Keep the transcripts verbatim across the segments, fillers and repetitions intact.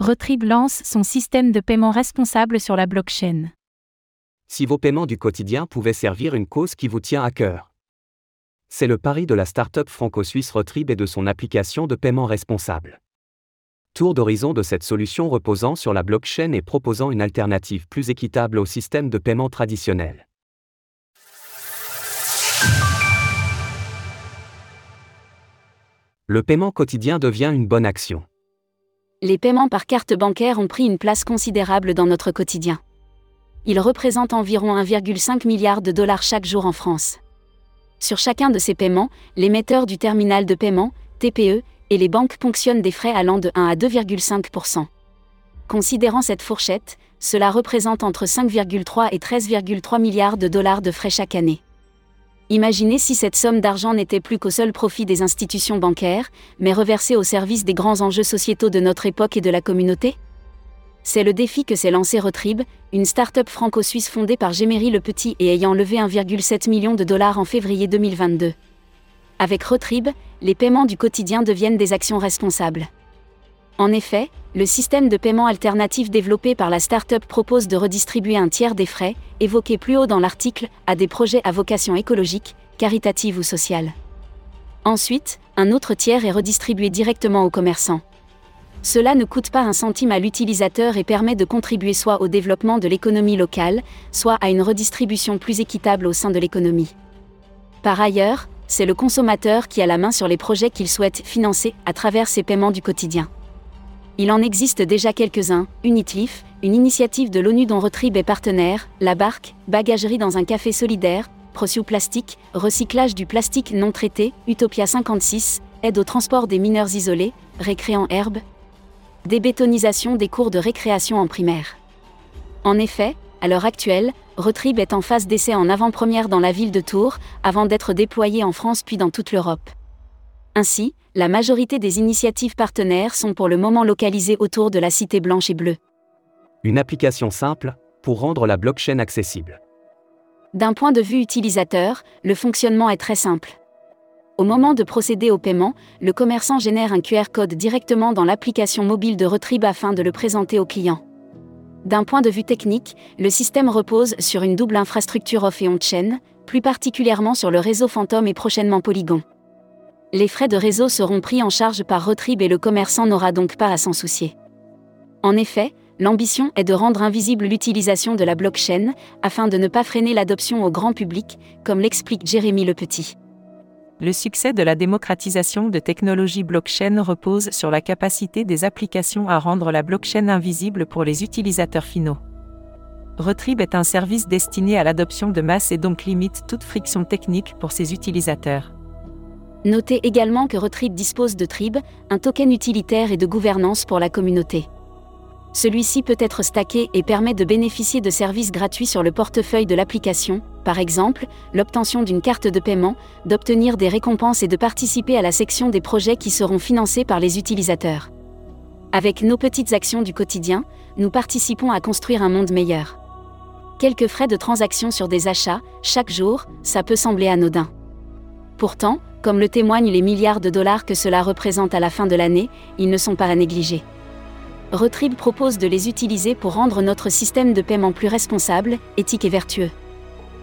Retrib lance son système de paiement responsable sur la blockchain. Si vos paiements du quotidien pouvaient servir une cause qui vous tient à cœur. C'est le pari de la start-up franco-suisse Retrib et de son application de paiement responsable. Tour d'horizon de cette solution reposant sur la blockchain et proposant une alternative plus équitable au système de paiement traditionnel. Le paiement quotidien devient une bonne action. Les paiements par carte bancaire ont pris une place considérable dans notre quotidien. Ils représentent environ un virgule cinq milliard de dollars chaque jour en France. Sur chacun de ces paiements, l'émetteur du terminal de paiement, T P E, et les banques ponctionnent des frais allant de un à deux virgule cinq pour cent. Considérant cette fourchette, cela représente entre cinq virgule trois et treize virgule trois milliards de dollars de frais chaque année. Imaginez si cette somme d'argent n'était plus qu'au seul profit des institutions bancaires, mais reversée au service des grands enjeux sociétaux de notre époque et de la communauté. C'est le défi que s'est lancé Retrib, une start-up franco-suisse fondée par Géméry Le Petit et ayant levé un virgule sept million de dollars en février deux mille vingt-deux. Avec Retrib, les paiements du quotidien deviennent des actions responsables. En effet, le système de paiement alternatif développé par la start-up propose de redistribuer un tiers des frais, évoqués plus haut dans l'article, à des projets à vocation écologique, caritative ou sociale. Ensuite, un autre tiers est redistribué directement aux commerçants. Cela ne coûte pas un centime à l'utilisateur et permet de contribuer soit au développement de l'économie locale, soit à une redistribution plus équitable au sein de l'économie. Par ailleurs, c'est le consommateur qui a la main sur les projets qu'il souhaite financer à travers ses paiements du quotidien. Il en existe déjà quelques-uns, Unitleaf, une initiative de l'ONU dont Retrib est partenaire, La Barque, bagagerie dans un café solidaire, Prosciu Plastique, recyclage du plastique non traité, Utopia cinquante-six, aide au transport des mineurs isolés, Récréant Herbe, débétonisation des cours de récréation en primaire. En effet, à l'heure actuelle, Retrib est en phase d'essai en avant-première dans la ville de Tours, avant d'être déployé en France puis dans toute l'Europe. Ainsi, la majorité des initiatives partenaires sont pour le moment localisées autour de la Cité blanche et bleue. Une application simple, pour rendre la blockchain accessible. D'un point de vue utilisateur, le fonctionnement est très simple. Au moment de procéder au paiement, le commerçant génère un Q R code directement dans l'application mobile de Retrib afin de le présenter au client. D'un point de vue technique, le système repose sur une double infrastructure off et on-chain, plus particulièrement sur le réseau Phantom et prochainement Polygon. Les frais de réseau seront pris en charge par Retrib et le commerçant n'aura donc pas à s'en soucier. En effet, l'ambition est de rendre invisible l'utilisation de la blockchain, afin de ne pas freiner l'adoption au grand public, comme l'explique Jérémy Le Petit. Le succès de la démocratisation de technologies blockchain repose sur la capacité des applications à rendre la blockchain invisible pour les utilisateurs finaux. Retrib est un service destiné à l'adoption de masse et donc limite toute friction technique pour ses utilisateurs. Notez également que Retrib dispose de Trib, un token utilitaire et de gouvernance pour la communauté. Celui-ci peut être stacké et permet de bénéficier de services gratuits sur le portefeuille de l'application, par exemple, l'obtention d'une carte de paiement, d'obtenir des récompenses et de participer à la section des projets qui seront financés par les utilisateurs. Avec nos petites actions du quotidien, nous participons à construire un monde meilleur. Quelques frais de transaction sur des achats, chaque jour, ça peut sembler anodin. Pourtant, comme le témoignent les milliards de dollars que cela représente à la fin de l'année, ils ne sont pas à négliger. Retrib propose de les utiliser pour rendre notre système de paiement plus responsable, éthique et vertueux.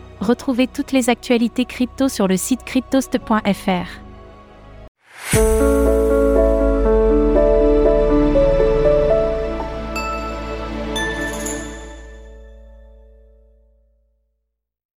Retrouvez toutes les actualités crypto sur le site cryptost point f r.